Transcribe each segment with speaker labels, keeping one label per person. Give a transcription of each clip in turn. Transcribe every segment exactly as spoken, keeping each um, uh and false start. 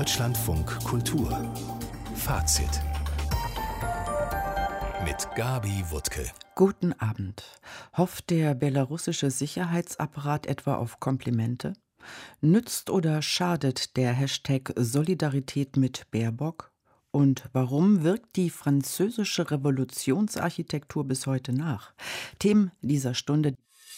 Speaker 1: Deutschlandfunk Kultur Fazit mit Gabi Wuttke.
Speaker 2: Guten Abend. Hofft der belarussische Sicherheitsapparat etwa auf Komplimente? Nützt oder schadet der Hashtag Solidarität mit Baerbock? Und warum wirkt die französische Revolutionsarchitektur bis heute nach? Themen dieser Stunde.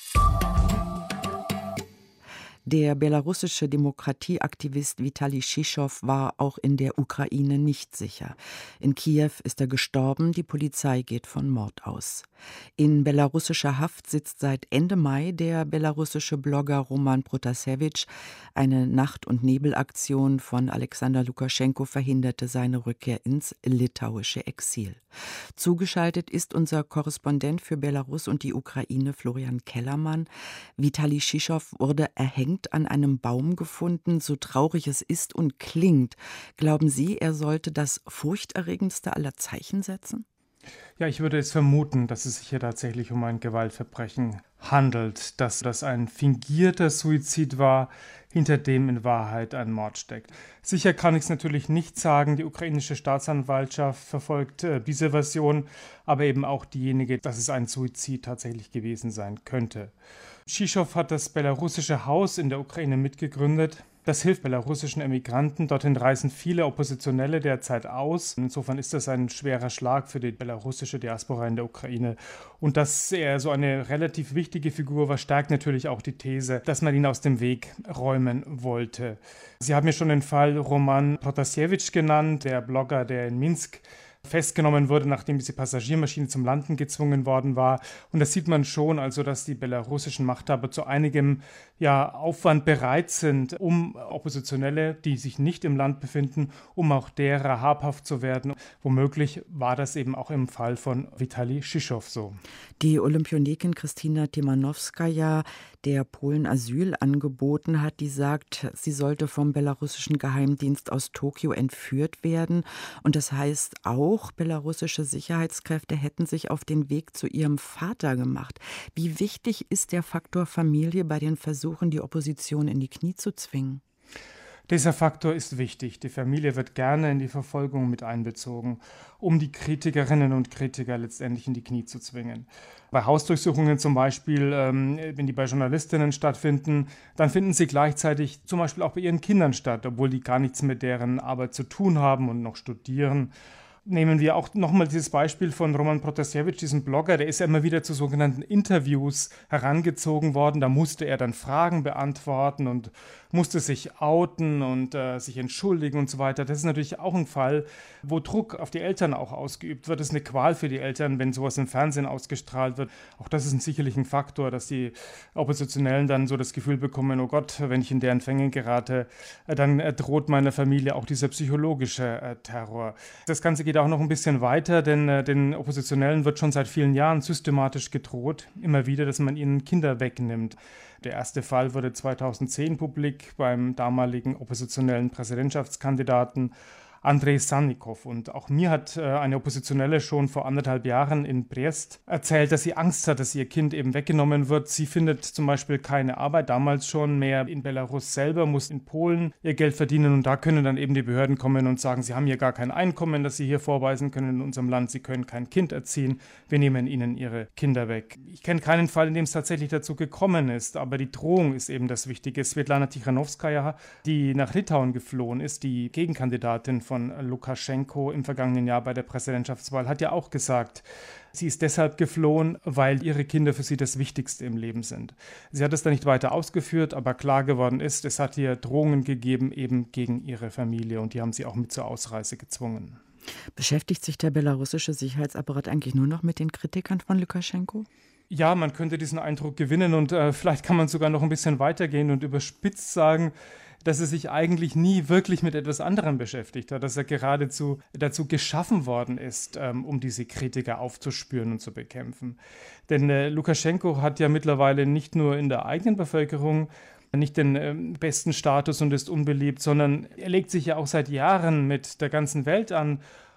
Speaker 2: Der belarussische Demokratieaktivist Vitali Schyschow war auch in der Ukraine nicht sicher. In Kiew ist er gestorben, die Polizei geht von Mord aus. In belarussischer Haft sitzt seit Ende Mai der belarussische Blogger Roman Protasewitsch. Eine Nacht- und Nebelaktion von Alexander Lukaschenko verhinderte seine Rückkehr ins litauische Exil. Zugeschaltet ist unser Korrespondent für Belarus und die Ukraine, Florian Kellermann. Vitali Schyschow wurde erhängt an einem Baum gefunden, so traurig es ist und klingt. Glauben Sie, er sollte das furchterregendste aller Zeichen setzen?
Speaker 3: Ja, ich würde es vermuten, dass es sich hier tatsächlich um ein Gewaltverbrechen handelt, dass das ein fingierter Suizid war, hinter dem in Wahrheit ein Mord steckt. Sicher kann ich es natürlich nicht sagen, die ukrainische Staatsanwaltschaft verfolgt äh, diese Version, aber eben auch diejenige, dass es ein Suizid tatsächlich gewesen sein könnte. Schyschow hat das belarussische Haus in der Ukraine mitgegründet. Das hilft belarussischen Emigranten. Dorthin reisen viele Oppositionelle derzeit aus. Insofern ist das ein schwerer Schlag für die belarussische Diaspora in der Ukraine. Und dass er so eine relativ wichtige Figur war, stärkt natürlich auch die These, dass man ihn aus dem Weg räumen wollte. Sie haben ja schon den Fall Roman Protasewitsch genannt, der Blogger, der in Minsk festgenommen wurde, nachdem diese Passagiermaschine zum Landen gezwungen worden war. Und da sieht man schon, also, dass die belarussischen Machthaber zu einigem ja, Aufwand bereit sind, um Oppositionelle, die sich nicht im Land befinden, um auch derer habhaft zu werden. Womöglich war das eben auch im Fall von Vitali Schyschow so.
Speaker 2: Die Olympionikin Krystyna Tymanowskaja, der Polen Asyl angeboten hat, die sagt, sie sollte vom belarussischen Geheimdienst aus Tokio entführt werden. Und das heißt auch, belarussische Sicherheitskräfte hätten sich auf den Weg zu ihrem Vater gemacht. Wie wichtig ist der Faktor Familie bei den Versuchen, die Opposition in die Knie zu zwingen?
Speaker 3: Dieser Faktor ist wichtig. Die Familie wird gerne in die Verfolgung mit einbezogen, um die Kritikerinnen und Kritiker letztendlich in die Knie zu zwingen. Bei Hausdurchsuchungen zum Beispiel, ähm, wenn die bei Journalistinnen stattfinden, dann finden sie gleichzeitig zum Beispiel auch bei ihren Kindern statt, obwohl die gar nichts mit deren Arbeit zu tun haben und noch studieren. Nehmen wir auch nochmal dieses Beispiel von Roman Protasewitsch, diesem Blogger, der ist ja immer wieder zu sogenannten Interviews herangezogen worden. Da musste er dann Fragen beantworten und musste sich outen und äh, sich entschuldigen und so weiter. Das ist natürlich auch ein Fall, wo Druck auf die Eltern auch ausgeübt wird. Das ist eine Qual für die Eltern, wenn sowas im Fernsehen ausgestrahlt wird. Auch das ist ein sicherlich ein Faktor, dass die Oppositionellen dann so das Gefühl bekommen, oh Gott, wenn ich in deren Fänge gerate, äh, dann äh, droht meiner Familie auch dieser psychologische äh, Terror. Das Ganze geht auch noch ein bisschen weiter, denn äh, den Oppositionellen wird schon seit vielen Jahren systematisch gedroht, immer wieder, dass man ihnen Kinder wegnimmt. Der erste Fall wurde zweitausendzehn publik beim damaligen oppositionellen Präsidentschaftskandidaten Andrei Sannikow. Und auch mir hat äh, eine Oppositionelle schon vor anderthalb Jahren in Brest erzählt, dass sie Angst hat, dass ihr Kind eben weggenommen wird. Sie findet zum Beispiel keine Arbeit, damals schon mehr in Belarus selber, muss in Polen ihr Geld verdienen. Und da können dann eben die Behörden kommen und sagen, sie haben hier gar kein Einkommen, das sie hier vorweisen können in unserem Land. Sie können kein Kind erziehen. Wir nehmen ihnen ihre Kinder weg. Ich kenne keinen Fall, in dem es tatsächlich dazu gekommen ist. Aber die Drohung ist eben das Wichtige. Svetlana Tichanowskaja, die nach Litauen geflohen ist, die Gegenkandidatin von von Lukaschenko im vergangenen Jahr bei der Präsidentschaftswahl, hat ja auch gesagt, sie ist deshalb geflohen, weil ihre Kinder für sie das Wichtigste im Leben sind. Sie hat es dann nicht weiter ausgeführt, aber klar geworden ist, es hat ihr Drohungen gegeben, eben gegen ihre Familie, und die haben sie auch mit zur Ausreise gezwungen.
Speaker 2: Beschäftigt sich der belarussische Sicherheitsapparat eigentlich nur noch mit den Kritikern von Lukaschenko?
Speaker 3: Ja, man könnte diesen Eindruck gewinnen, und äh, vielleicht kann man sogar noch ein bisschen weitergehen und überspitzt sagen, dass er sich eigentlich nie wirklich mit etwas anderem beschäftigt hat, dass er geradezu dazu geschaffen worden ist, ähm, um diese Kritiker aufzuspüren und zu bekämpfen. Denn äh, Lukaschenko hat ja mittlerweile nicht nur in der eigenen Bevölkerung nicht den ähm, besten Status und ist unbeliebt, sondern er legt sich ja auch seit Jahren mit der ganzen Welt an.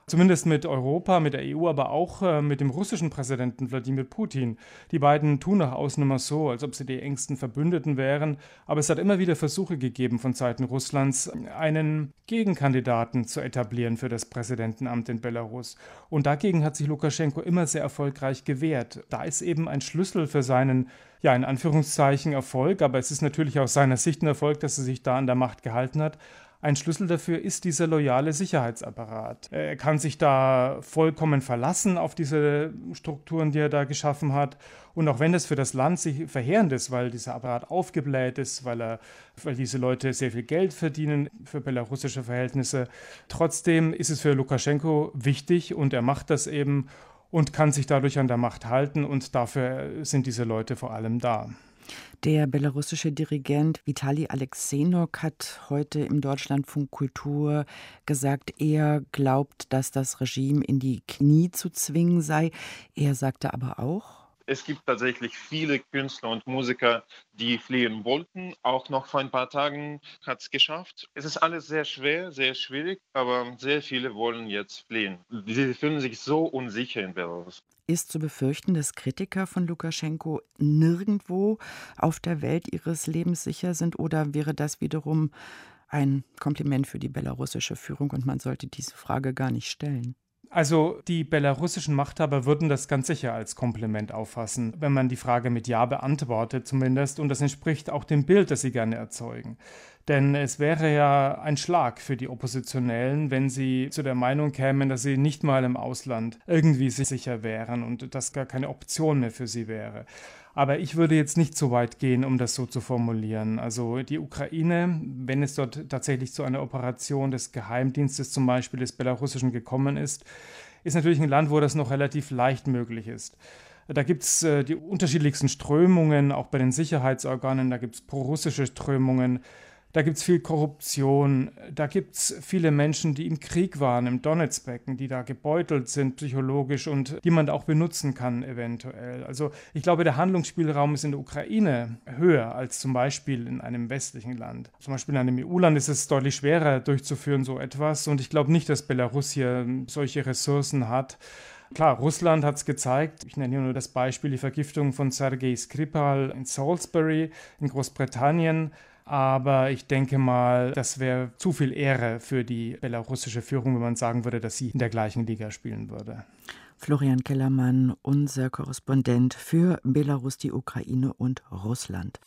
Speaker 3: Zumindest mit Europa, mit der E U, aber auch äh, mit dem russischen Präsidenten Wladimir Putin. Die beiden tun nach außen immer so, als ob sie die engsten Verbündeten wären. Aber es hat immer wieder Versuche gegeben von Seiten Russlands, einen Gegenkandidaten zu etablieren für das Präsidentenamt in Belarus. Und dagegen hat sich Lukaschenko immer sehr erfolgreich gewehrt. Da ist eben ein Schlüssel für seinen, ja, in Anführungszeichen Erfolg, aber es ist natürlich aus seiner Sicht ein Erfolg, dass er sich da an der Macht gehalten hat. Ein Schlüssel dafür ist dieser loyale Sicherheitsapparat. Er kann sich da vollkommen verlassen auf diese Strukturen, die er da geschaffen hat. Und auch wenn das für das Land sich verheerend ist, weil dieser Apparat aufgebläht ist, weil, er, weil diese Leute sehr viel Geld verdienen für belarussische Verhältnisse, trotzdem ist es für Lukaschenko wichtig und er macht das eben und kann sich dadurch an der Macht halten und dafür sind diese Leute vor allem da.
Speaker 2: Der belarussische Dirigent Vitali Alexenok hat heute im Deutschlandfunk Kultur gesagt, er glaubt, dass das Regime in die Knie zu zwingen sei. Er sagte aber auch:
Speaker 4: Es gibt tatsächlich viele Künstler und Musiker, die fliehen wollten. Auch noch vor ein paar Tagen hat es geschafft. Es ist alles sehr schwer, sehr schwierig, aber sehr viele wollen jetzt fliehen. Sie fühlen sich so unsicher in Belarus.
Speaker 2: Ist zu befürchten, dass Kritiker von Lukaschenko nirgendwo auf der Welt ihres Lebens sicher sind? Oder wäre das wiederum ein Kompliment für die belarussische Führung und man sollte diese Frage gar nicht stellen?
Speaker 3: Also die belarussischen Machthaber würden das ganz sicher als Kompliment auffassen, wenn man die Frage mit Ja beantwortet zumindest. Und das entspricht auch dem Bild, das sie gerne erzeugen. Denn es wäre ja ein Schlag für die Oppositionellen, wenn sie zu der Meinung kämen, dass sie nicht mal im Ausland irgendwie sicher wären und das gar keine Option mehr für sie wäre. Aber ich würde jetzt nicht so weit gehen, um das so zu formulieren. Also die Ukraine, wenn es dort tatsächlich zu einer Operation des Geheimdienstes zum Beispiel des Belarussischen gekommen ist, ist natürlich ein Land, wo das noch relativ leicht möglich ist. Da gibt es äh, die unterschiedlichsten Strömungen, auch bei den Sicherheitsorganen, da gibt es prorussische Strömungen. Da gibt es viel Korruption, da gibt es viele Menschen, die im Krieg waren, im Donetsbecken, die da gebeutelt sind psychologisch und die man da auch benutzen kann eventuell. Also ich glaube, der Handlungsspielraum ist in der Ukraine höher als zum Beispiel in einem westlichen Land. Zum Beispiel in einem E U-Land ist es deutlich schwerer durchzuführen, so etwas. Und ich glaube nicht, dass Belarus hier solche Ressourcen hat. Klar, Russland hat es gezeigt. Ich nenne hier nur das Beispiel, die Vergiftung von Sergei Skripal in Salisbury in Großbritannien. Aber ich denke mal, das wäre zu viel Ehre für die belarussische Führung, wenn man sagen würde, dass sie in der gleichen Liga spielen würde.
Speaker 2: Florian Kellermann, unser Korrespondent für Belarus, die Ukraine und Russland.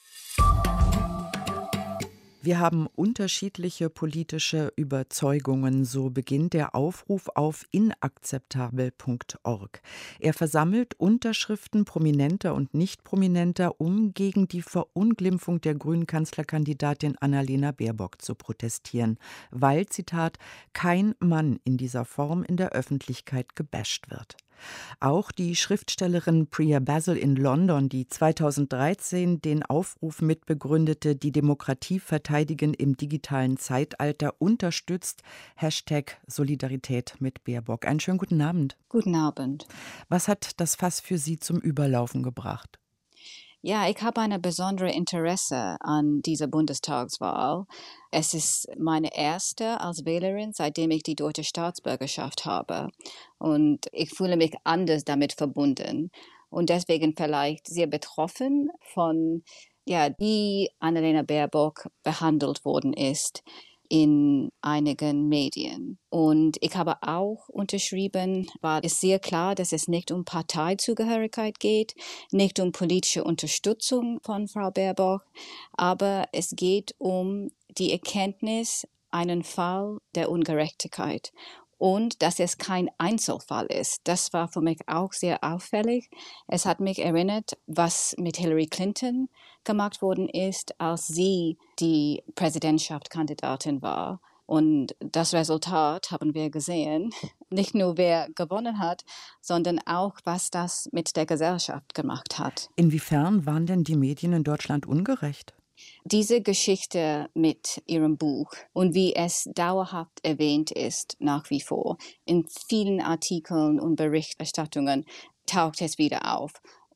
Speaker 2: Wir haben unterschiedliche politische Überzeugungen, so beginnt der Aufruf auf inakzeptabel punkt org. Er versammelt Unterschriften prominenter und nicht prominenter, um gegen die Verunglimpfung der grünen Kanzlerkandidatin Annalena Baerbock zu protestieren, weil, Zitat, kein Mann in dieser Form in der Öffentlichkeit gebasht wird. Auch die Schriftstellerin Priya Basil in London, die zweitausenddreizehn den Aufruf mitbegründete, die Demokratie verteidigen im digitalen Zeitalter, unterstützt Hashtag Solidarität mit Baerbock. Einen schönen guten Abend.
Speaker 5: Guten Abend.
Speaker 2: Was hat das Fass für Sie zum Überlaufen gebracht?
Speaker 5: Ja, ich habe ein besonderes Interesse an dieser Bundestagswahl. Es ist meine erste als Wählerin, seitdem ich die deutsche Staatsbürgerschaft habe. Und ich fühle mich anders damit verbunden. Und deswegen vielleicht sehr betroffen von, ja, wie Annalena Baerbock behandelt worden ist in einigen Medien. Und ich habe auch unterschrieben, war es sehr klar, dass es nicht um Parteizugehörigkeit geht, nicht um politische Unterstützung von Frau Baerbock, aber es geht um die Erkenntnis, einen Fall der Ungerechtigkeit. Und dass es kein Einzelfall ist. Das war für mich auch sehr auffällig. Es hat mich erinnert, was mit Hillary Clinton gemacht worden ist, als sie die Präsidentschaftskandidatin war. Und das Resultat haben wir gesehen. Nicht nur wer gewonnen hat, sondern auch, was das mit der Gesellschaft gemacht hat.
Speaker 2: Inwiefern waren denn die Medien in Deutschland ungerecht?
Speaker 5: Diese Geschichte mit ihrem Buch und wie es dauerhaft erwähnt ist, nach wie vor, in vielen Artikeln und Berichterstattungen taucht es wieder auf.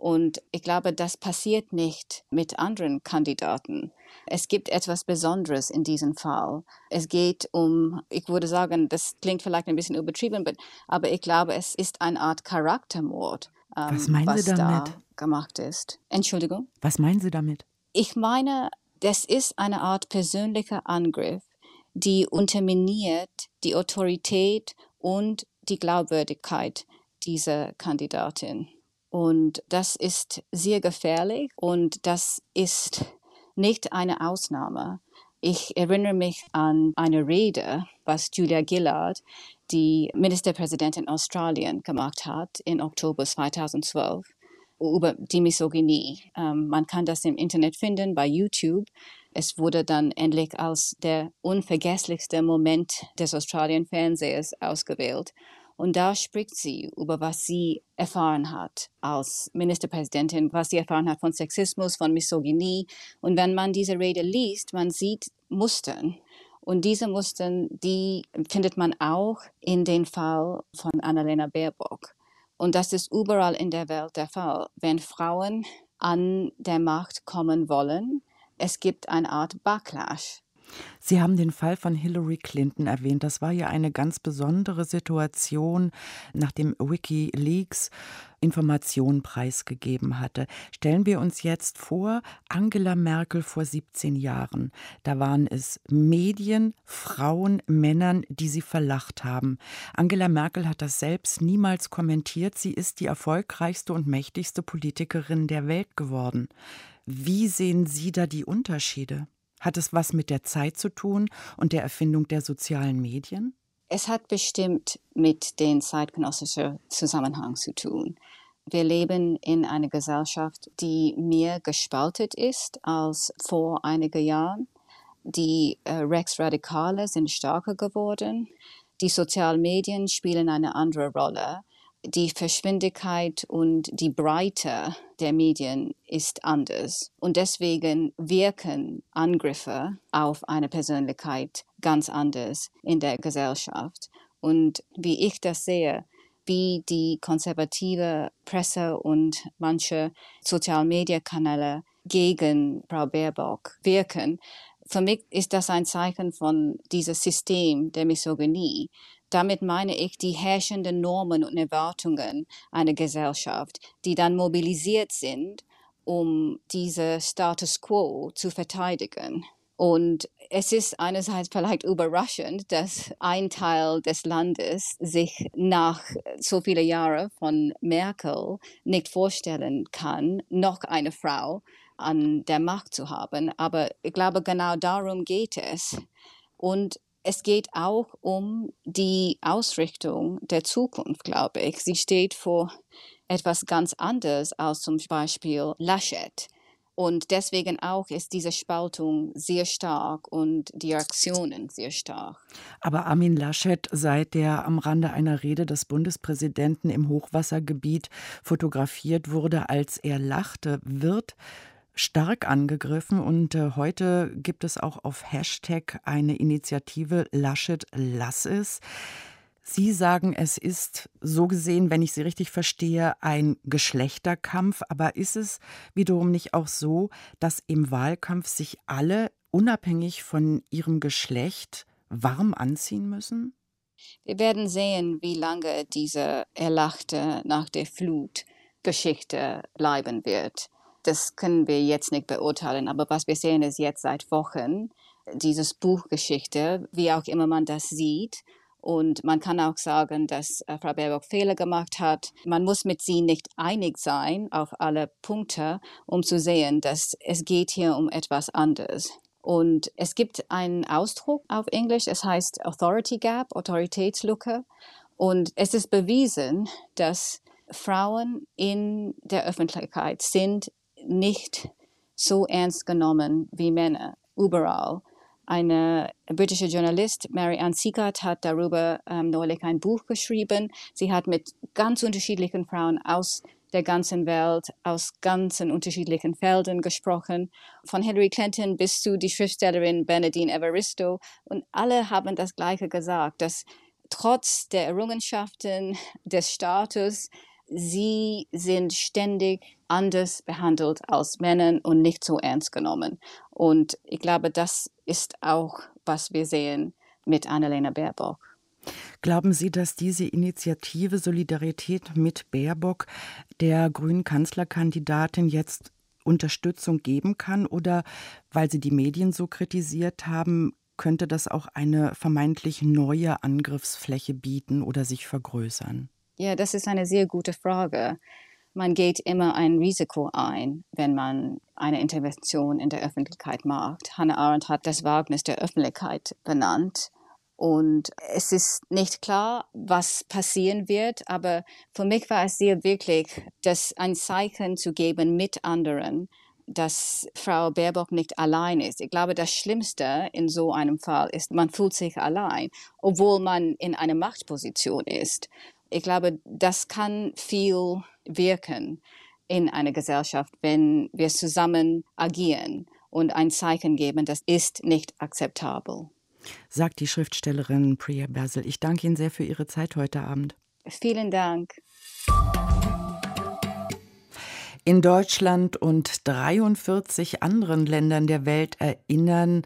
Speaker 5: Und ich glaube, das passiert nicht mit anderen Kandidaten. Es gibt etwas Besonderes in diesem Fall. Es geht um, ich würde sagen, das klingt vielleicht ein bisschen übertrieben, aber ich glaube, es ist eine Art Charaktermord, ähm,
Speaker 2: was meinen
Speaker 5: was
Speaker 2: Sie damit?
Speaker 5: da gemacht ist. Entschuldigung?
Speaker 2: Was meinen Sie damit?
Speaker 5: Ich meine, das ist eine Art persönlicher Angriff, die unterminiert die Autorität und die Glaubwürdigkeit dieser Kandidatin. Und das ist sehr gefährlich und das ist nicht eine Ausnahme. Ich erinnere mich an eine Rede, was Julia Gillard, die Ministerpräsidentin Australien, gemacht hat im Oktober zweitausendzwölf über die Misogynie. Ähm, man kann das im Internet finden, bei YouTube. Es wurde dann endlich als der unvergesslichste Moment des Australien-Fernsehers ausgewählt. Und da spricht sie über, was sie erfahren hat als Ministerpräsidentin, was sie erfahren hat von Sexismus, von Misogynie. Und wenn man diese Rede liest, man sieht Mustern. Und diese Mustern, die findet man auch in dem Fall von Annalena Baerbock. Und das ist überall in der Welt der Fall. Wenn Frauen an der Macht kommen wollen, es gibt eine Art Backlash.
Speaker 2: Sie haben den Fall von Hillary Clinton erwähnt. Das war ja eine ganz besondere Situation, nachdem WikiLeaks Informationen preisgegeben hatte. Stellen wir uns jetzt vor, Angela Merkel vor siebzehn Jahren. Da waren es Medien, Frauen, Männern, die sie verlacht haben. Angela Merkel hat das selbst niemals kommentiert. Sie ist die erfolgreichste und mächtigste Politikerin der Welt geworden. Wie sehen Sie da die Unterschiede? Hat es was mit der Zeit zu tun und der Erfindung der sozialen Medien?
Speaker 5: Es hat bestimmt mit dem zeitgenössischen Zusammenhang zu tun. Wir leben in einer Gesellschaft, die mehr gespalten ist als vor einigen Jahren. Die äh, Rechtsradikale sind stärker geworden. Die sozialen Medien spielen eine andere Rolle. Die Geschwindigkeit und die Breite der Medien ist anders. Und deswegen wirken Angriffe auf eine Persönlichkeit ganz anders in der Gesellschaft. Und wie ich das sehe, wie die konservative Presse und manche Social-Media-Kanäle gegen Frau Baerbock wirken, für mich ist das ein Zeichen von diesem System der Misogynie. Damit meine ich die herrschenden Normen und Erwartungen einer Gesellschaft, die dann mobilisiert sind, um diese Status quo zu verteidigen. Und es ist einerseits vielleicht überraschend, dass ein Teil des Landes sich nach so vielen Jahren von Merkel nicht vorstellen kann, noch eine Frau an der Macht zu haben. Aber ich glaube, genau darum geht es. Und es geht auch um die Ausrichtung der Zukunft, glaube ich. Sie steht vor etwas ganz anderes als zum Beispiel Laschet. Und deswegen auch ist diese Spaltung sehr stark und die Reaktionen sehr stark.
Speaker 2: Aber Armin Laschet, seit der am Rande einer Rede des Bundespräsidenten im Hochwassergebiet fotografiert wurde, als er lachte, wird stark angegriffen. Und äh, heute gibt es auch auf Hashtag eine Initiative Laschet lass es. Sie sagen, es ist so gesehen, wenn ich Sie richtig verstehe, ein Geschlechterkampf. Aber ist es wiederum nicht auch so, dass im Wahlkampf sich alle unabhängig von ihrem Geschlecht warm anziehen müssen?
Speaker 5: Wir werden sehen, wie lange diese Erlachte nach der Flut-Geschichte bleiben wird. Das können wir jetzt nicht beurteilen, aber was wir sehen ist jetzt seit Wochen, dieses Buchgeschichte, wie auch immer man das sieht. Und man kann auch sagen, dass äh, Frau Baerbock Fehler gemacht hat. Man muss mit sie nicht einig sein auf alle Punkte, um zu sehen, dass es geht hier um etwas anderes. Und es gibt einen Ausdruck auf Englisch, es heißt Authority Gap, Autoritätslücke. Und es ist bewiesen, dass Frauen in der Öffentlichkeit sind nicht so ernst genommen wie Männer, überall. Eine britische Journalist, Mary Ann Sieghart, hat darüber ähm, neulich ein Buch geschrieben. Sie hat mit ganz unterschiedlichen Frauen aus der ganzen Welt, aus ganzen unterschiedlichen Feldern gesprochen, von Hillary Clinton bis zu die Schriftstellerin Bernardine Evaristo. Und alle haben das Gleiche gesagt, dass trotz der Errungenschaften des Staates sie sind ständig anders behandelt als Männer und nicht so ernst genommen. Und ich glaube, das ist auch, was wir sehen mit Annalena Baerbock.
Speaker 2: Glauben Sie, dass diese Initiative Solidarität mit Baerbock der grünen Kanzlerkandidatin jetzt Unterstützung geben kann? Oder weil Sie die Medien so kritisiert haben, könnte das auch eine vermeintlich neue Angriffsfläche bieten oder sich vergrößern?
Speaker 5: Ja, das ist eine sehr gute Frage. Man geht immer ein Risiko ein, wenn man eine Intervention in der Öffentlichkeit macht. Hannah Arendt hat das Wagnis der Öffentlichkeit benannt. Und es ist nicht klar, was passieren wird, aber für mich war es sehr wichtig, das ein Zeichen zu geben mit anderen, dass Frau Baerbock nicht allein ist. Ich glaube, das Schlimmste in so einem Fall ist, man fühlt sich allein, obwohl man in einer Machtposition ist. Ich glaube, das kann viel wirken in einer Gesellschaft, wenn wir zusammen agieren und ein Zeichen geben, das ist nicht akzeptabel.
Speaker 2: Sagt die Schriftstellerin Priya Basil. Ich danke Ihnen sehr für Ihre Zeit heute Abend.
Speaker 5: Vielen Dank.
Speaker 2: In Deutschland und dreiundvierzig anderen Ländern der Welt erinnern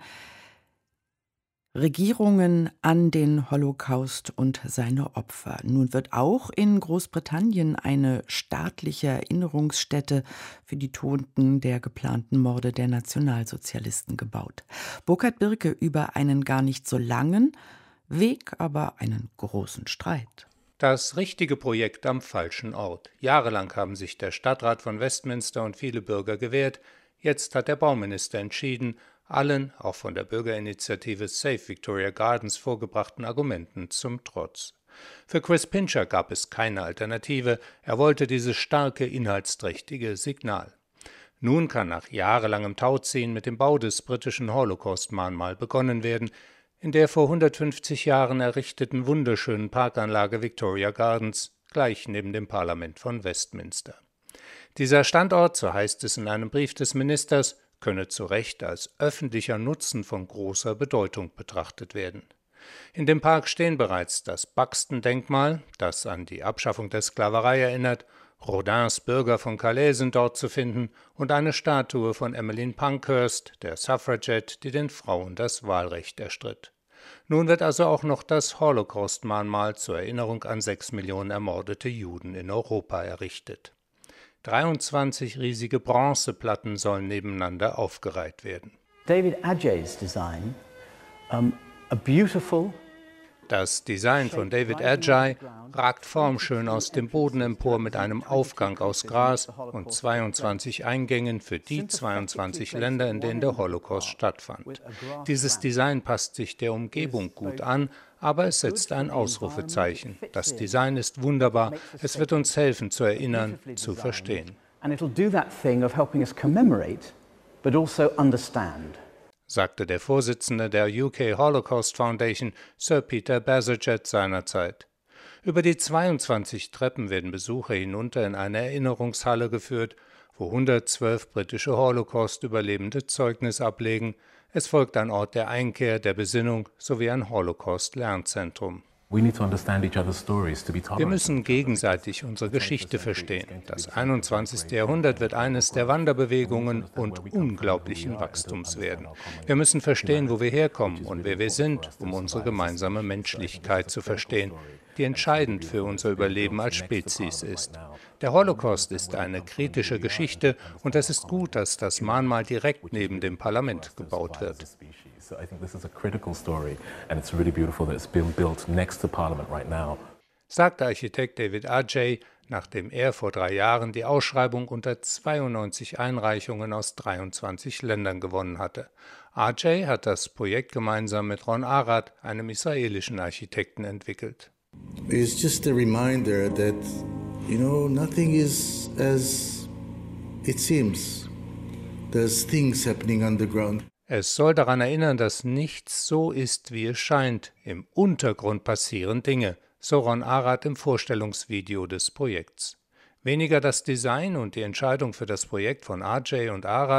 Speaker 2: Regierungen an den Holocaust und seine Opfer. Nun wird auch in Großbritannien eine staatliche Erinnerungsstätte für die Toten der geplanten Morde der Nationalsozialisten gebaut. Burkhard Birke über einen gar nicht so langen Weg, aber einen großen Streit.
Speaker 6: Das richtige Projekt am falschen Ort. Jahrelang haben sich der Stadtrat von Westminster und viele Bürger gewehrt. Jetzt hat der Bauminister entschieden, allen, auch von der Bürgerinitiative Save Victoria Gardens vorgebrachten Argumenten zum Trotz. Für Chris Pincher gab es keine Alternative, er wollte dieses starke, inhaltsträchtige Signal. Nun kann nach jahrelangem Tauziehen mit dem Bau des britischen Holocaust-Mahnmal begonnen werden, in der vor hundertfünfzig Jahren errichteten wunderschönen Parkanlage Victoria Gardens, gleich neben dem Parlament von Westminster. Dieser Standort, so heißt es in einem Brief des Ministers, könne zu Recht als öffentlicher Nutzen von großer Bedeutung betrachtet werden. In dem Park stehen bereits das Buxton-Denkmal, das an die Abschaffung der Sklaverei erinnert, Rodins Bürger von Calais sind dort zu finden und eine Statue von Emmeline Pankhurst, der Suffragette, die den Frauen das Wahlrecht erstritt. Nun wird also auch noch das Holocaust-Mahnmal zur Erinnerung an sechs Millionen ermordete Juden in Europa errichtet. dreiundzwanzig riesige Bronzeplatten sollen nebeneinander aufgereiht werden.
Speaker 7: David Adjaye's design, um, a beautiful
Speaker 6: Das Design von David Adjaye ragt formschön aus dem Boden empor mit einem Aufgang aus Gras und zweiundzwanzig Eingängen für die zweiundzwanzig Länder, in denen der Holocaust stattfand. Dieses Design passt sich der Umgebung gut an, aber es setzt ein Ausrufezeichen. Das Design ist wunderbar, es wird uns helfen zu erinnern, zu verstehen.
Speaker 7: And it'll do that thing of helping us commemorate, but also understand.
Speaker 6: Sagte der Vorsitzende der U K Holocaust Foundation, Sir Peter Bazalgette, seinerzeit. Über die zweiundzwanzig Treppen werden Besucher hinunter in eine Erinnerungshalle geführt, wo hundertzwölf britische Holocaust-Überlebende Zeugnis ablegen. Es folgt ein Ort der Einkehr, der Besinnung sowie ein Holocaust-Lernzentrum. Wir müssen gegenseitig unsere Geschichte verstehen. Das einundzwanzigste Jahrhundert wird eines der Wanderbewegungen und unglaublichen Wachstums werden. Wir müssen verstehen, wo wir herkommen und wer wir sind, um unsere gemeinsame Menschlichkeit zu verstehen, die entscheidend für unser Überleben als Spezies ist. Der Holocaust ist eine kritische Geschichte und es ist gut, dass das Mahnmal direkt neben dem Parlament gebaut wird.
Speaker 8: I think this is a critical story and it's really beautiful that it's been built next to Parliament right now.
Speaker 6: Sagte Architekt David Adjaye, nachdem er vor drei Jahren die Ausschreibung unter zweiundneunzig Einreichungen aus dreiundzwanzig Ländern gewonnen hatte. Adjaye hat das Projekt gemeinsam mit Ron Arad, einem israelischen Architekten, entwickelt.
Speaker 9: It's just a reminder that, you know, nothing is as it seems. There's things happening underground.
Speaker 6: Es soll daran erinnern, dass nichts so ist, wie es scheint. Im Untergrund passieren Dinge, so Ron Arad im Vorstellungsvideo des Projekts. Weniger das Design und die Entscheidung für das Projekt von Adjaye und Arad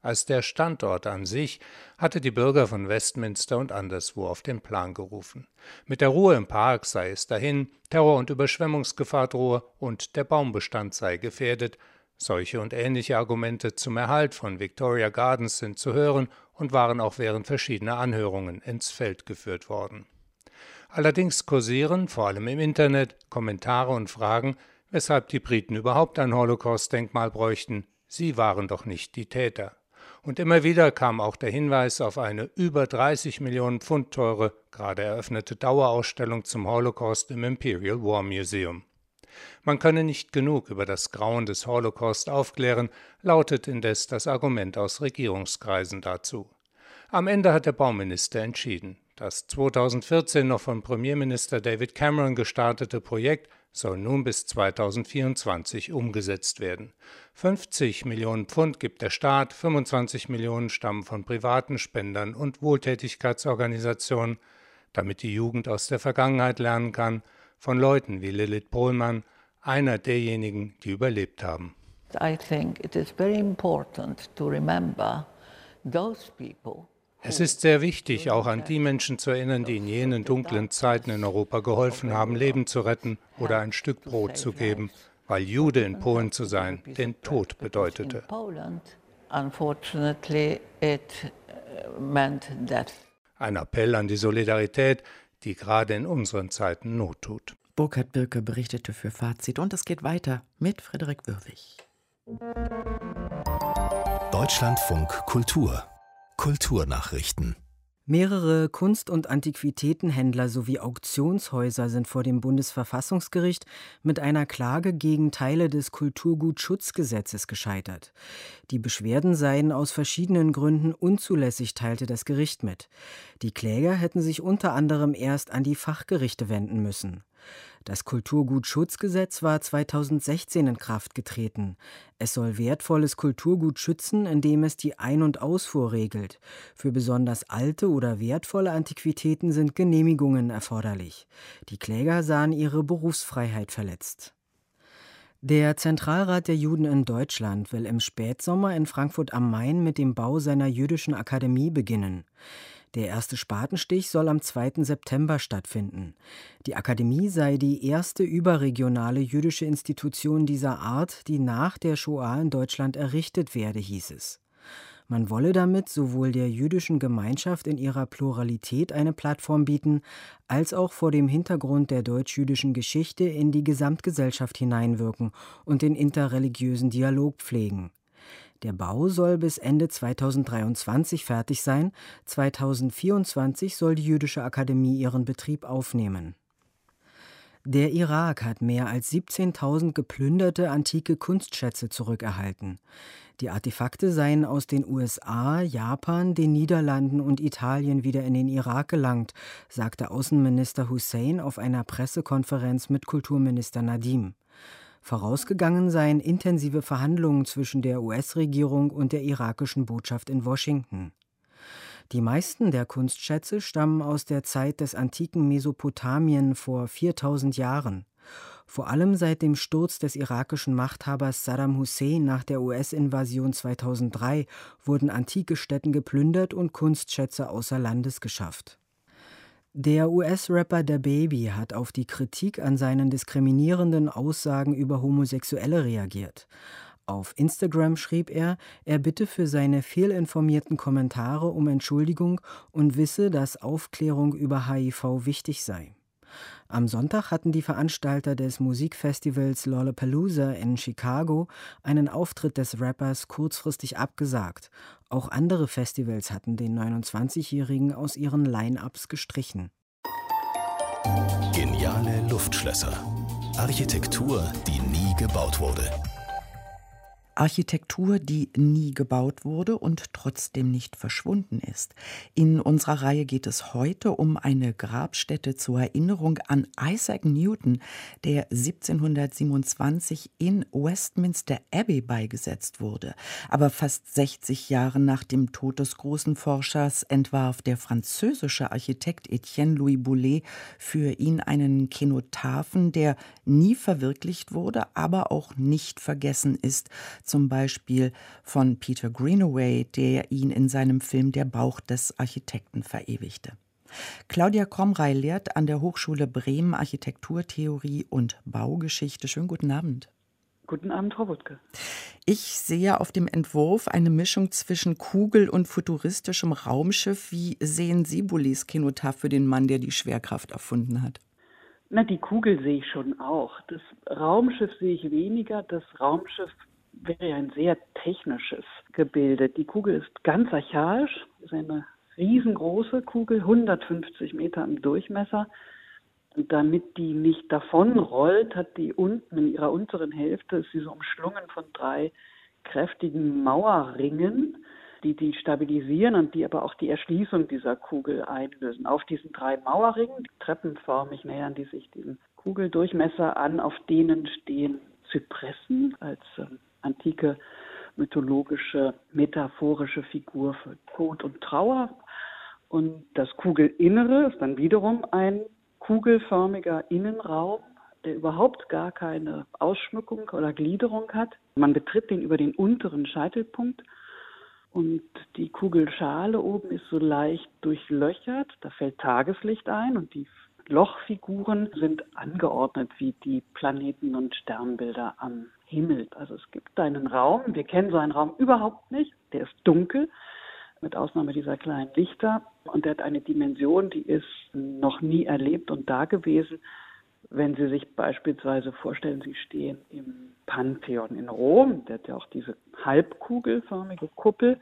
Speaker 6: als der Standort an sich hatte die Bürger von Westminster und anderswo auf den Plan gerufen. Mit der Ruhe im Park sei es dahin, Terror- und Überschwemmungsgefahr drohe und der Baumbestand sei gefährdet. Solche und ähnliche Argumente zum Erhalt von Victoria Gardens sind zu hören und waren auch während verschiedener Anhörungen ins Feld geführt worden. Allerdings kursieren, vor allem im Internet, Kommentare und Fragen, weshalb die Briten überhaupt ein Holocaust-Denkmal bräuchten. Sie waren doch nicht die Täter. Und immer wieder kam auch der Hinweis auf eine über dreißig Millionen Pfund teure, gerade eröffnete Dauerausstellung zum Holocaust im Imperial War Museum. Man könne nicht genug über das Grauen des Holocaust aufklären, lautet indes das Argument aus Regierungskreisen dazu. Am Ende hat der Bauminister entschieden. Das zweitausendvierzehn noch von Premierminister David Cameron gestartete Projekt soll nun bis zweitausendvierundzwanzig umgesetzt werden. fünfzig Millionen Pfund gibt der Staat, fünfundzwanzig Millionen stammen von privaten Spendern und Wohltätigkeitsorganisationen, damit die Jugend aus der Vergangenheit lernen kann, von Leuten wie Lilith Pohlmann, einer derjenigen, die überlebt haben.
Speaker 10: I think it is very important to remember those people.
Speaker 6: Es ist sehr wichtig, auch an die Menschen zu erinnern, die in jenen dunklen Zeiten in Europa geholfen haben, Leben zu retten oder ein Stück Brot zu geben, weil Jude in Polen zu sein den Tod bedeutete. Ein Appell an die Solidarität, die gerade in unseren Zeiten Not tut.
Speaker 2: Burkhard Birke berichtete für Fazit und es geht weiter mit Frederik Würwig.
Speaker 1: Deutschlandfunk Kultur Kulturnachrichten.
Speaker 11: Mehrere Kunst- und Antiquitätenhändler sowie Auktionshäuser sind vor dem Bundesverfassungsgericht mit einer Klage gegen Teile des Kulturgutschutzgesetzes gescheitert. Die Beschwerden seien aus verschiedenen Gründen unzulässig, teilte das Gericht mit. Die Kläger hätten sich unter anderem erst an die Fachgerichte wenden müssen. Das Kulturgutschutzgesetz war zweitausendsechzehn in Kraft getreten. Es soll wertvolles Kulturgut schützen, indem es die Ein- und Ausfuhr regelt. Für besonders alte oder wertvolle Antiquitäten sind Genehmigungen erforderlich. Die Kläger sahen ihre Berufsfreiheit verletzt. Der Zentralrat der Juden in Deutschland will im Spätsommer in Frankfurt am Main mit dem Bau seiner jüdischen Akademie beginnen. Der erste Spatenstich soll am zweiten September stattfinden. Die Akademie sei die erste überregionale jüdische Institution dieser Art, die nach der Shoah in Deutschland errichtet werde, hieß es. Man wolle damit sowohl der jüdischen Gemeinschaft in ihrer Pluralität eine Plattform bieten, als auch vor dem Hintergrund der deutsch-jüdischen Geschichte in die Gesamtgesellschaft hineinwirken und den interreligiösen Dialog pflegen. Der Bau soll bis Ende zweitausenddreiundzwanzig fertig sein. zweitausendvierundzwanzig soll die Jüdische Akademie ihren Betrieb aufnehmen. Der Irak hat mehr als siebzehntausend geplünderte antike Kunstschätze zurückerhalten. Die Artefakte seien aus den U S A, Japan, den Niederlanden und Italien wieder in den Irak gelangt, sagte Außenminister Hussein auf einer Pressekonferenz mit Kulturminister Nadim. Vorausgegangen seien intensive Verhandlungen zwischen der U S-Regierung und der irakischen Botschaft in Washington. Die meisten der Kunstschätze stammen aus der Zeit des antiken Mesopotamien vor viertausend Jahren. Vor allem seit dem Sturz des irakischen Machthabers Saddam Hussein nach der U S-Invasion zweitausenddrei wurden antike Stätten geplündert und Kunstschätze außer Landes geschafft. Der U S-Rapper DaBaby hat auf die Kritik an seinen diskriminierenden Aussagen über Homosexuelle reagiert. Auf Instagram schrieb er, er bitte für seine fehlinformierten Kommentare um Entschuldigung und wisse, dass Aufklärung über H I V wichtig sei. Am Sonntag hatten die Veranstalter des Musikfestivals Lollapalooza in Chicago einen Auftritt des Rappers kurzfristig abgesagt. Auch andere Festivals hatten den neunundzwanzigjährigen aus ihren Line-Ups gestrichen.
Speaker 1: Geniale Luftschlösser. Architektur, die nie gebaut wurde.
Speaker 2: Architektur, die nie gebaut wurde und trotzdem nicht verschwunden ist. In unserer Reihe geht es heute um eine Grabstätte zur Erinnerung an Isaac Newton, der siebzehnhundertsiebenundzwanzig in Westminster Abbey beigesetzt wurde. Aber fast sechzig Jahre nach dem Tod des großen Forschers entwarf der französische Architekt Etienne Louis Boullée für ihn einen Kenotaphen, der nie verwirklicht wurde, aber auch nicht vergessen ist. zum Beispiel von Peter Greenaway, der ihn in seinem Film Der Bauch des Architekten verewigte. Claudia Komrei lehrt an der Hochschule Bremen Architekturtheorie und Baugeschichte. Schönen guten Abend.
Speaker 12: Guten Abend, Frau Wuttke.
Speaker 2: Ich sehe auf dem Entwurf eine Mischung zwischen Kugel und futuristischem Raumschiff. Wie sehen Sie Boulez Kenotaph für den Mann, der die Schwerkraft erfunden hat?
Speaker 12: Na, die Kugel sehe ich schon auch. Das Raumschiff sehe ich weniger. Das Raumschiff wäre ja ein sehr technisches Gebilde. Die Kugel ist ganz archaisch, ist eine riesengroße Kugel, hundertfünfzig Meter im Durchmesser. Und damit die nicht davonrollt, hat die unten in ihrer unteren Hälfte, ist sie so umschlungen von drei kräftigen Mauerringen, die die stabilisieren und die aber auch die Erschließung dieser Kugel einlösen. Auf diesen drei Mauerringen, treppenförmig nähern die sich diesem Kugeldurchmesser an, auf denen stehen Zypressen als äh, antike mythologische, metaphorische Figur für Tod und Trauer. Und das Kugelinnere ist dann wiederum ein kugelförmiger Innenraum, der überhaupt gar keine Ausschmückung oder Gliederung hat. Man betritt den über den unteren Scheitelpunkt und die Kugelschale oben ist so leicht durchlöchert. Da fällt Tageslicht ein und die Lochfiguren sind angeordnet wie die Planeten- und Sternbilder am Himmel. Also es gibt einen Raum, wir kennen so einen Raum überhaupt nicht, der ist dunkel, mit Ausnahme dieser kleinen Lichter. Und der hat eine Dimension, die ist noch nie erlebt und da gewesen. Wenn Sie sich beispielsweise vorstellen, Sie stehen im Pantheon in Rom, der hat ja auch diese halbkugelförmige Kuppel,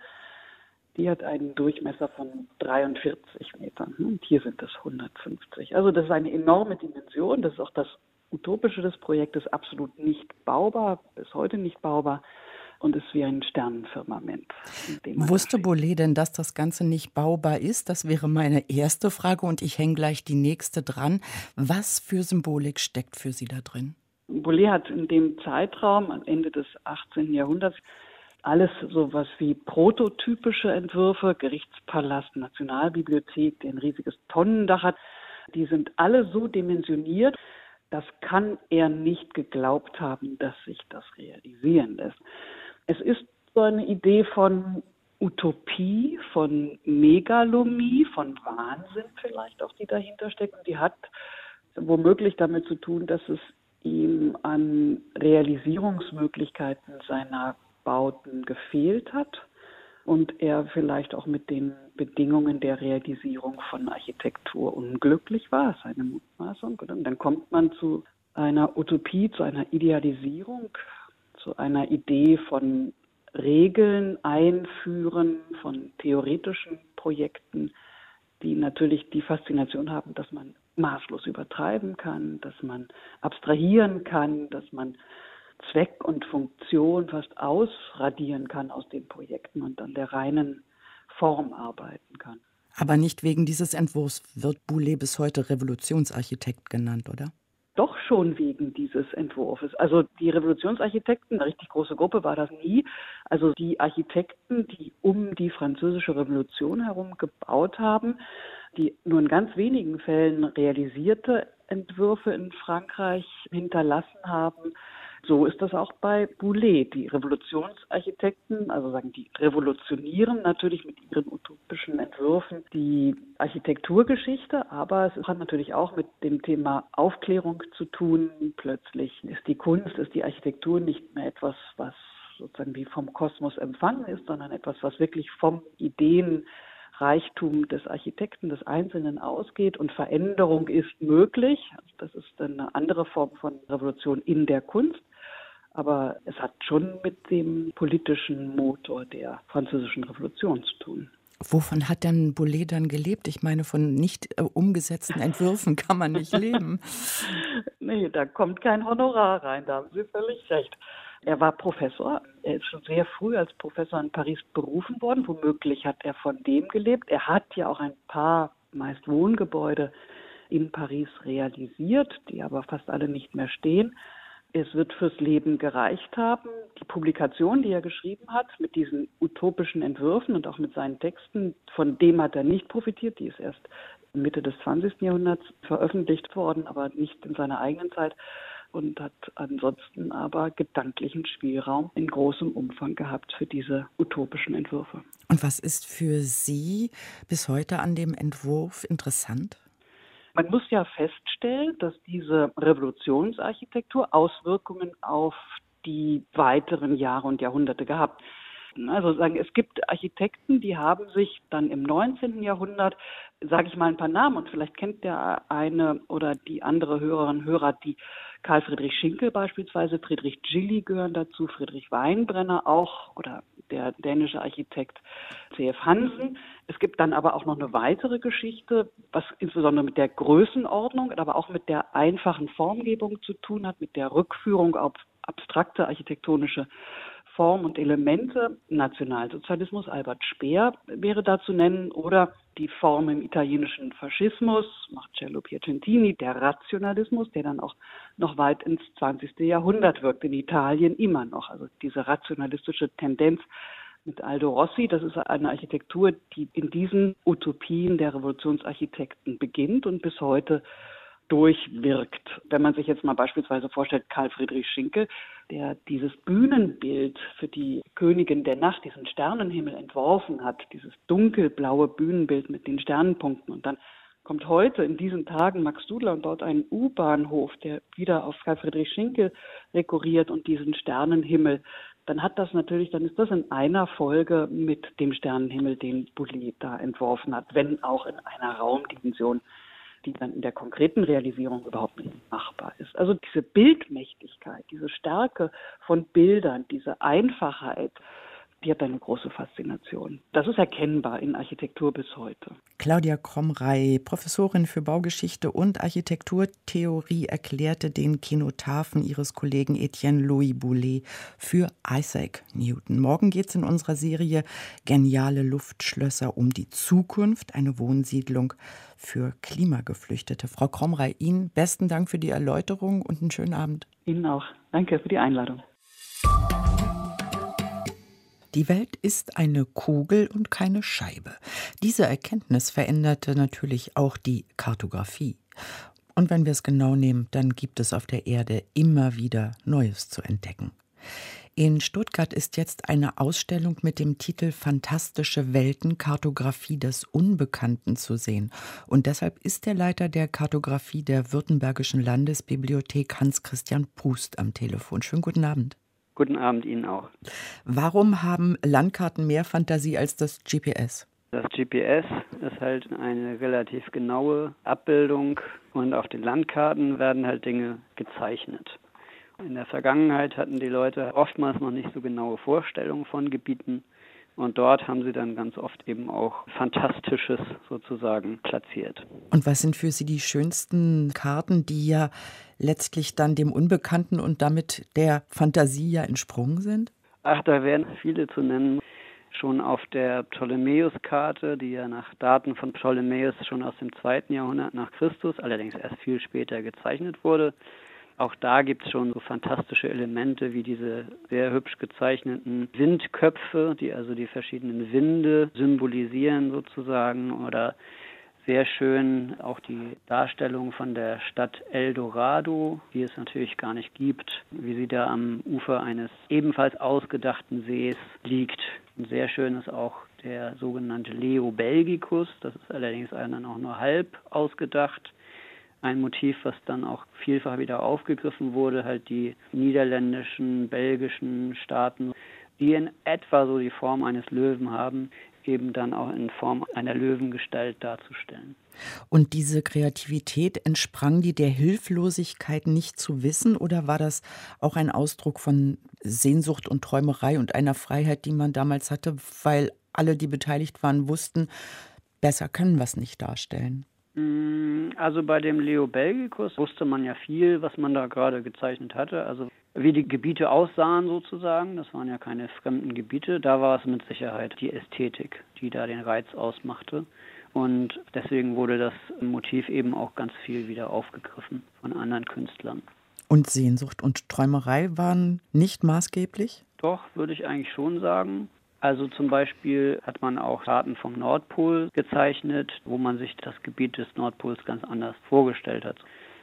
Speaker 12: die hat einen Durchmesser von dreiundvierzig Metern und hier sind es hundertfünfzig. Also das ist eine enorme Dimension, das ist auch das Utopische des Projektes, absolut nicht baubar, bis heute nicht baubar. Und es ist wie ein Sternenfirmament.
Speaker 2: Wusste Boulez denn, dass das Ganze nicht baubar ist? Das wäre meine erste Frage und ich hänge gleich die nächste dran. Was für Symbolik steckt für Sie da drin?
Speaker 12: Boulez hat in dem Zeitraum, am Ende des achtzehnten Jahrhunderts, alles sowas wie prototypische Entwürfe, Gerichtspalast, Nationalbibliothek, der ein riesiges Tonnendach hat. Die sind alle so dimensioniert, das kann er nicht geglaubt haben, dass sich das realisieren lässt. Es ist so eine Idee von Utopie, von Megalomie, von Wahnsinn vielleicht auch, die dahinter steckt. Und die hat womöglich damit zu tun, dass es ihm an Realisierungsmöglichkeiten seiner Bauten gefehlt hat und er vielleicht auch mit den Bedingungen der Realisierung von Architektur unglücklich war. Das ist eine Mutmaßung. Und dann kommt man zu einer Utopie, zu einer Idealisierung, zu einer Idee von Regeln einführen, von theoretischen Projekten, die natürlich die Faszination haben, dass man maßlos übertreiben kann, dass man abstrahieren kann, dass man Zweck und Funktion fast ausradieren kann aus den Projekten und an der reinen Form arbeiten kann.
Speaker 2: Aber nicht wegen dieses Entwurfs wird Boulez bis heute Revolutionsarchitekt genannt, oder?
Speaker 12: Doch schon wegen dieses Entwurfs. Also die Revolutionsarchitekten, eine richtig große Gruppe war das nie. Also die Architekten, die um die französische Revolution herum gebaut haben, die nur in ganz wenigen Fällen realisierte Entwürfe in Frankreich hinterlassen haben. So ist das auch bei Boulez. Die Revolutionsarchitekten, also sagen die revolutionieren natürlich mit ihren utopischen Entwürfen die Architekturgeschichte, aber es hat natürlich auch mit dem Thema Aufklärung zu tun. Plötzlich ist die Kunst, ist die Architektur nicht mehr etwas, was sozusagen wie vom Kosmos empfangen ist, sondern etwas, was wirklich vom Ideenreichtum des Architekten, des Einzelnen ausgeht und Veränderung ist möglich. Also das ist eine andere Form von Revolution in der Kunst. Aber es hat schon mit dem politischen Motor der französischen Revolution zu tun.
Speaker 2: Wovon hat denn Boulez dann gelebt? Ich meine, von nicht äh, umgesetzten Entwürfen kann man nicht leben.
Speaker 12: Nee, da kommt kein Honorar rein, da haben Sie völlig recht. Er war Professor. Er ist schon sehr früh als Professor in Paris berufen worden. Womöglich hat er von dem gelebt. Er hat ja auch ein paar, meist Wohngebäude in Paris realisiert, die aber fast alle nicht mehr stehen. Es wird fürs Leben gereicht haben. Die Publikation, die er geschrieben hat, mit diesen utopischen Entwürfen und auch mit seinen Texten, von dem hat er nicht profitiert. Die ist erst Mitte des zwanzigsten Jahrhunderts veröffentlicht worden, aber nicht in seiner eigenen Zeit. und hat ansonsten aber gedanklichen Spielraum in großem Umfang gehabt für diese utopischen Entwürfe.
Speaker 2: Und was ist für Sie bis heute an dem Entwurf interessant?
Speaker 12: Man muss ja feststellen, dass diese Revolutionsarchitektur Auswirkungen auf die weiteren Jahre und Jahrhunderte gehabt. Also sagen, es gibt Architekten, die haben sich dann im neunzehnten Jahrhundert, sage ich mal ein paar Namen, und vielleicht kennt der eine oder die andere Hörerin, Hörer, die Karl Friedrich Schinkel beispielsweise, Friedrich Gilly gehören dazu, Friedrich Weinbrenner auch oder der dänische Architekt C F Hansen. Es gibt dann aber auch noch eine weitere Geschichte, was insbesondere mit der Größenordnung, aber auch mit der einfachen Formgebung zu tun hat, mit der Rückführung auf abstrakte architektonische Form und Elemente. Nationalsozialismus, Albert Speer wäre da zu nennen, oder die Form im italienischen Faschismus, Marcello Piacentini, der Rationalismus, der dann auch noch weit ins zwanzigste Jahrhundert wirkt, in Italien immer noch. Also diese rationalistische Tendenz mit Aldo Rossi, das ist eine Architektur, die in diesen Utopien der Revolutionsarchitekten beginnt und bis heute durchwirkt. Wenn man sich jetzt mal beispielsweise vorstellt, Karl Friedrich Schinkel, der dieses Bühnenbild für die Königin der Nacht, diesen Sternenhimmel entworfen hat, dieses dunkelblaue Bühnenbild mit den Sternenpunkten. Und dann kommt heute in diesen Tagen Max Dudler und dort ein U-Bahnhof, der wieder auf Karl Friedrich Schinkel rekurriert und diesen Sternenhimmel. Dann hat das natürlich, dann ist das in einer Folge mit dem Sternenhimmel, den Boulez da entworfen hat, wenn auch in einer Raumdimension, die dann in der konkreten Realisierung überhaupt nicht machbar ist. Also diese Bildmächtigkeit, diese Stärke von Bildern, diese Einfachheit, die hat eine große Faszination. Das ist erkennbar in Architektur bis heute.
Speaker 2: Claudia Kromrey, Professorin für Baugeschichte und Architekturtheorie, erklärte den Kenotaphen ihres Kollegen Etienne Louis Boulez für Isaac Newton. Morgen geht es in unserer Serie Geniale Luftschlösser um die Zukunft, eine Wohnsiedlung für Klimageflüchtete. Frau Kromrey, Ihnen besten Dank für die Erläuterung und einen schönen Abend.
Speaker 12: Ihnen auch. Danke für die Einladung.
Speaker 2: Die Welt ist eine Kugel und keine Scheibe. Diese Erkenntnis veränderte natürlich auch die Kartografie. Und wenn wir es genau nehmen, dann gibt es auf der Erde immer wieder Neues zu entdecken. In Stuttgart ist jetzt eine Ausstellung mit dem Titel Fantastische Welten, Kartografie des Unbekannten zu sehen. Und deshalb ist der Leiter der Kartografie der Württembergischen Landesbibliothek Hans-Christian Prust am Telefon. Schönen guten Abend.
Speaker 13: Guten Abend Ihnen auch.
Speaker 2: Warum haben Landkarten mehr Fantasie als das G P S?
Speaker 13: Das G P S ist halt eine relativ genaue Abbildung und auf den Landkarten werden halt Dinge gezeichnet. In der Vergangenheit hatten die Leute oftmals noch nicht so genaue Vorstellungen von Gebieten und dort haben sie dann ganz oft eben auch Fantastisches sozusagen platziert.
Speaker 2: Und was sind für Sie die schönsten Karten, die ja letztlich dann dem Unbekannten und damit der Fantasie ja entsprungen sind?
Speaker 13: Ach, da wären viele zu nennen. Schon auf der Ptolemäus-Karte, die ja nach Daten von Ptolemäus schon aus dem zweiten Jahrhundert nach Christus, allerdings erst viel später gezeichnet wurde. Auch da gibt es schon so fantastische Elemente wie diese sehr hübsch gezeichneten Windköpfe, die also die verschiedenen Winde symbolisieren sozusagen, oder sehr schön auch die Darstellung von der Stadt El Dorado, die es natürlich gar nicht gibt, wie sie da am Ufer eines ebenfalls ausgedachten Sees liegt. Und sehr schön ist auch der sogenannte Leo Belgicus, das ist allerdings dann auch nur halb ausgedacht. Ein Motiv, was dann auch vielfach wieder aufgegriffen wurde, halt die niederländischen, belgischen Staaten, die in etwa so die Form eines Löwen haben, eben dann auch in Form einer Löwengestalt darzustellen.
Speaker 2: Und diese Kreativität, entsprang die der Hilflosigkeit, nicht zu wissen, oder war das auch ein Ausdruck von Sehnsucht und Träumerei und einer Freiheit, die man damals hatte, weil alle, die beteiligt waren, wussten, besser können wir es nicht darstellen?
Speaker 13: Also bei dem Leo Belgicus wusste man ja viel, was man da gerade gezeichnet hatte. Also wie die Gebiete aussahen sozusagen, das waren ja keine fremden Gebiete. Da war es mit Sicherheit die Ästhetik, die da den Reiz ausmachte. Und deswegen wurde das Motiv eben auch ganz viel wieder aufgegriffen von anderen Künstlern.
Speaker 2: Und Sehnsucht und Träumerei waren nicht maßgeblich?
Speaker 13: Doch, würde ich eigentlich schon sagen. Also zum Beispiel hat man auch Karten vom Nordpol gezeichnet, wo man sich das Gebiet des Nordpols ganz anders vorgestellt hat.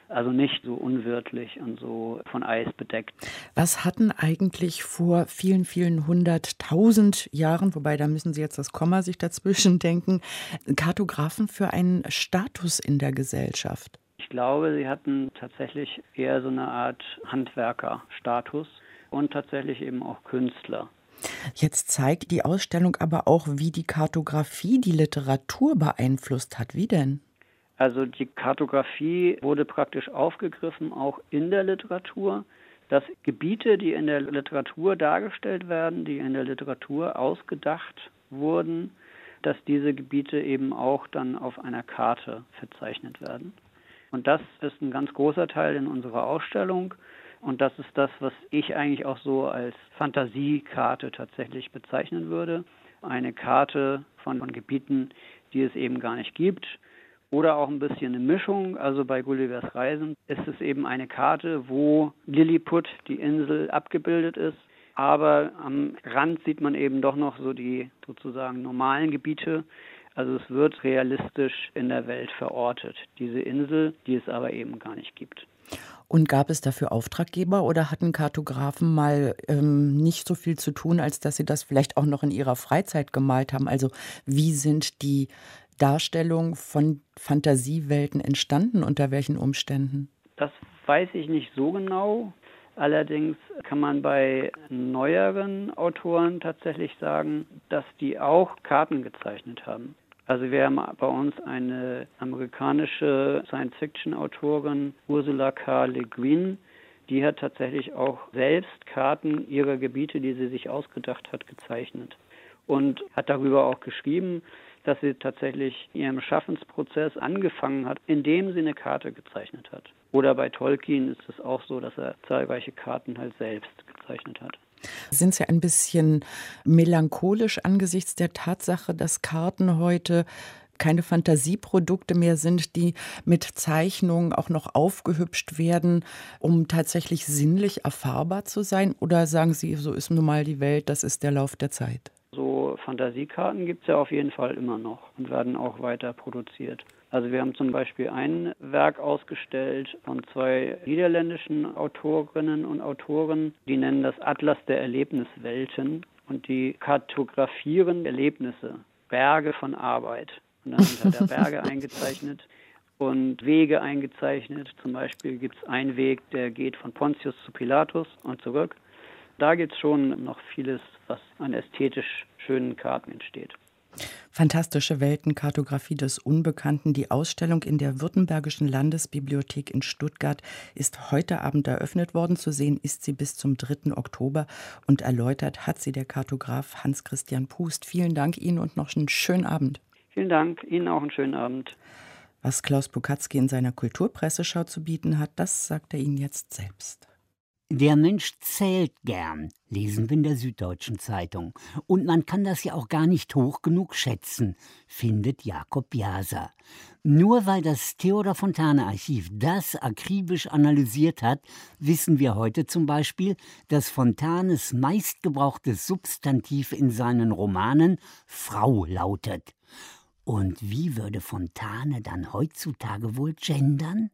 Speaker 13: Also nicht so unwirtlich und so von Eis bedeckt.
Speaker 2: Was hatten eigentlich vor vielen, vielen hunderttausend Jahren, wobei da müssen Sie jetzt das Komma sich dazwischen denken, Kartografen für einen Status in der Gesellschaft?
Speaker 13: Ich glaube, sie hatten tatsächlich eher so eine Art Handwerkerstatus und tatsächlich eben auch Künstler.
Speaker 2: Jetzt zeigt die Ausstellung aber auch, wie die Kartografie die Literatur beeinflusst hat. Wie denn?
Speaker 13: Also die Kartografie wurde praktisch aufgegriffen, auch in der Literatur, dass Gebiete, die in der Literatur dargestellt werden, die in der Literatur ausgedacht wurden, dass diese Gebiete eben auch dann auf einer Karte verzeichnet werden. Und das ist ein ganz großer Teil in unserer Ausstellung. Und das ist das, was ich eigentlich auch so als Fantasiekarte tatsächlich bezeichnen würde. Eine Karte von, von Gebieten, die es eben gar nicht gibt. Oder auch ein bisschen eine Mischung. Also bei Gullivers Reisen ist es eben eine Karte, wo Lilliput, die Insel, abgebildet ist. Aber am Rand sieht man eben doch noch so die sozusagen normalen Gebiete. Also es wird realistisch in der Welt verortet, diese Insel, die es aber eben gar nicht gibt.
Speaker 2: Und gab es dafür Auftraggeber oder hatten Kartografen mal ähm, nicht so viel zu tun, als dass sie das vielleicht auch noch in ihrer Freizeit gemalt haben? Also wie sind die Darstellungen von Fantasiewelten entstanden, unter welchen Umständen?
Speaker 13: Das weiß ich nicht so genau. Allerdings kann man bei neueren Autoren tatsächlich sagen, dass die auch Karten gezeichnet haben. Also wir haben bei uns eine amerikanische Science-Fiction-Autorin, Ursula K. Le Guin, die hat tatsächlich auch selbst Karten ihrer Gebiete, die sie sich ausgedacht hat, gezeichnet. Und hat darüber auch geschrieben, dass sie tatsächlich in ihrem Schaffensprozess angefangen hat, indem sie eine Karte gezeichnet hat. Oder bei Tolkien ist es auch so, dass er zahlreiche Karten halt selbst gezeichnet hat.
Speaker 2: Sind Sie ein bisschen melancholisch angesichts der Tatsache, dass Karten heute keine Fantasieprodukte mehr sind, die mit Zeichnungen auch noch aufgehübscht werden, um tatsächlich sinnlich erfahrbar zu sein? Oder sagen Sie, so ist nun mal die Welt, das ist der Lauf der Zeit?
Speaker 13: So Fantasiekarten gibt es ja auf jeden Fall immer noch und werden auch weiter produziert. Also wir haben zum Beispiel ein Werk ausgestellt von zwei niederländischen Autorinnen und Autoren, die nennen das Atlas der Erlebniswelten und die kartografieren Erlebnisse, Berge von Arbeit. Und dann sind halt da Berge eingezeichnet und Wege eingezeichnet. Zum Beispiel gibt es einen Weg, der geht von Pontius zu Pilatus und zurück. Da gibt es schon noch vieles, was an ästhetisch schönen Karten entsteht.
Speaker 2: Fantastische Weltenkartografie des Unbekannten. Die Ausstellung in der Württembergischen Landesbibliothek in Stuttgart ist heute Abend eröffnet worden. Zu sehen ist sie bis zum dritten Oktober und erläutert hat sie der Kartograf Hans-Christian Pust. Vielen Dank Ihnen und noch einen schönen Abend.
Speaker 13: Vielen Dank, Ihnen auch einen schönen Abend.
Speaker 2: Was Klaus Bukatzky in seiner Kulturpresseschau zu bieten hat, das sagt er Ihnen jetzt selbst.
Speaker 14: Der Mensch zählt gern, lesen wir in der Süddeutschen Zeitung. Und man kann das ja auch gar nicht hoch genug schätzen, findet Jakob Jaser. Nur weil das Theodor-Fontane-Archiv das akribisch analysiert hat, wissen wir heute zum Beispiel, dass Fontanes meistgebrauchtes Substantiv in seinen Romanen Frau lautet. Und wie würde Fontane dann heutzutage wohl gendern?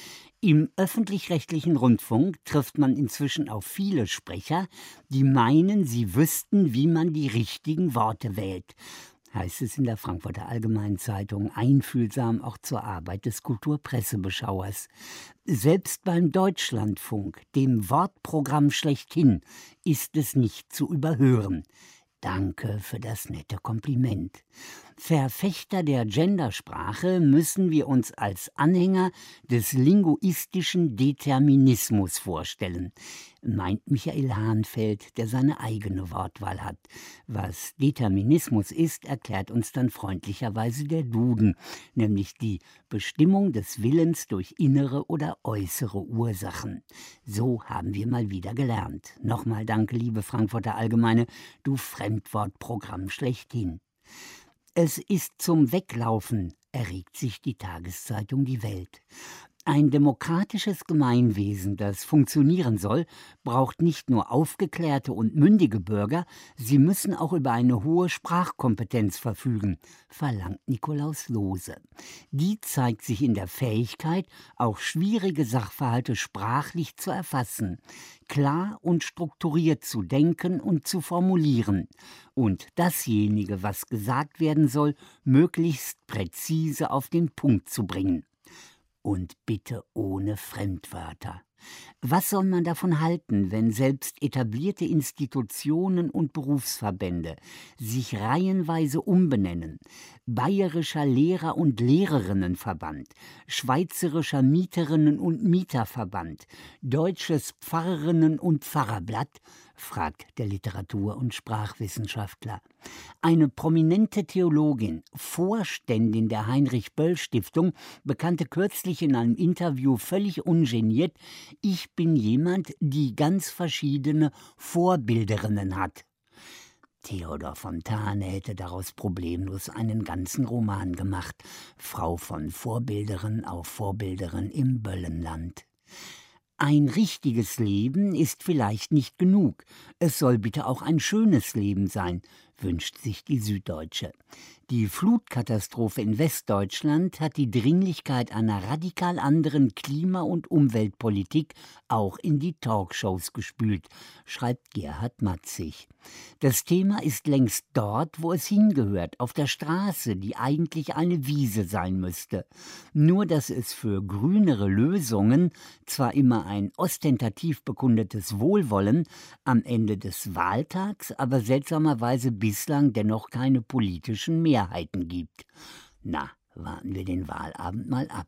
Speaker 14: Im öffentlich-rechtlichen Rundfunk trifft man inzwischen auf viele Sprecher, die meinen, sie wüssten, wie man die richtigen Worte wählt. Heißt es in der Frankfurter Allgemeinen Zeitung, einfühlsam auch zur Arbeit des Kulturpressebeschauers. Selbst beim Deutschlandfunk, dem Wortprogramm schlechthin, ist es nicht zu überhören. Danke für das nette Kompliment. Verfechter der Gendersprache müssen wir uns als Anhänger des linguistischen Determinismus vorstellen, meint Michael Hahnfeld, der seine eigene Wortwahl hat. Was Determinismus ist, erklärt uns dann freundlicherweise der Duden, nämlich die Bestimmung des Willens durch innere oder äußere Ursachen. So haben wir mal wieder gelernt. Nochmal danke, liebe Frankfurter Allgemeine, du Fremdwortprogramm schlechthin. Es ist zum Weglaufen, erregt sich die Tageszeitung Die Welt. Ein demokratisches Gemeinwesen, das funktionieren soll, braucht nicht nur aufgeklärte und mündige Bürger, sie müssen auch über eine hohe Sprachkompetenz verfügen, verlangt Nikolaus Lohse. Die zeigt sich in der Fähigkeit, auch schwierige Sachverhalte sprachlich zu erfassen, klar und strukturiert zu denken und zu formulieren und dasjenige, was gesagt werden soll, möglichst präzise auf den Punkt zu bringen. Und bitte ohne Fremdwörter. Was soll man davon halten, wenn selbst etablierte Institutionen und Berufsverbände sich reihenweise umbenennen? Bayerischer Lehrer- und Lehrerinnenverband, Schweizerischer Mieterinnen- und Mieterverband, Deutsches Pfarrerinnen- und Pfarrerblatt, fragt der Literatur- und Sprachwissenschaftler. Eine prominente Theologin, Vorständin der Heinrich-Böll-Stiftung, bekannte kürzlich in einem Interview völlig ungeniert: Ich bin jemand, die ganz verschiedene Vorbilderinnen hat. Theodor Fontane hätte daraus problemlos einen ganzen Roman gemacht. Frau von Vorbilderin auf Vorbilderin im Böllenland. Ein richtiges Leben ist vielleicht nicht genug. Es soll bitte auch ein schönes Leben sein, wünscht sich die Süddeutsche. Die Flutkatastrophe in Westdeutschland hat die Dringlichkeit einer radikal anderen Klima- und Umweltpolitik auch in die Talkshows gespült, schreibt Gerhard Matzig. Das Thema ist längst dort, wo es hingehört, auf der Straße, die eigentlich eine Wiese sein müsste. Nur dass es für grünere Lösungen zwar immer ein ostentativ bekundetes Wohlwollen, am Ende des Wahltags aber seltsamerweise bislang dennoch keine politischen Mehrheiten gibt. Na, warten wir den Wahlabend mal ab.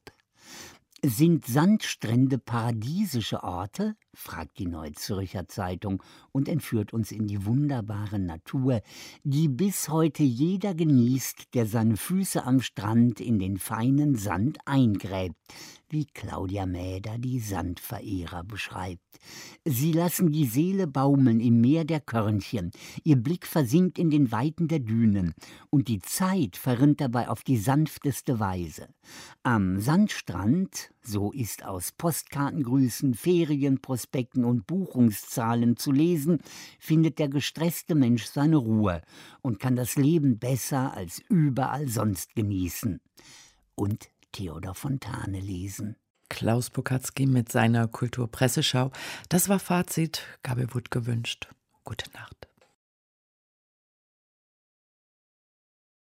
Speaker 14: Sind Sandstrände paradiesische Orte? Fragt die Neue Zürcher Zeitung und entführt uns in die wunderbare Natur, die bis heute jeder genießt, der seine Füße am Strand in den feinen Sand eingräbt, wie Claudia Mäder die Sandverehrer beschreibt. Sie lassen die Seele baumeln im Meer der Körnchen, ihr Blick versinkt in den Weiten der Dünen und die Zeit verrinnt dabei auf die sanfteste Weise. Am Sandstrand, so ist aus Postkartengrüßen, Ferienprospekten und Buchungszahlen zu lesen, findet der gestresste Mensch seine Ruhe und kann das Leben besser als überall sonst genießen. Und Theodor Fontane lesen.
Speaker 2: Klaus Bukatzky mit seiner Kulturpresseschau. Das war Fazit. Gabi Wutt gewünscht. Gute Nacht.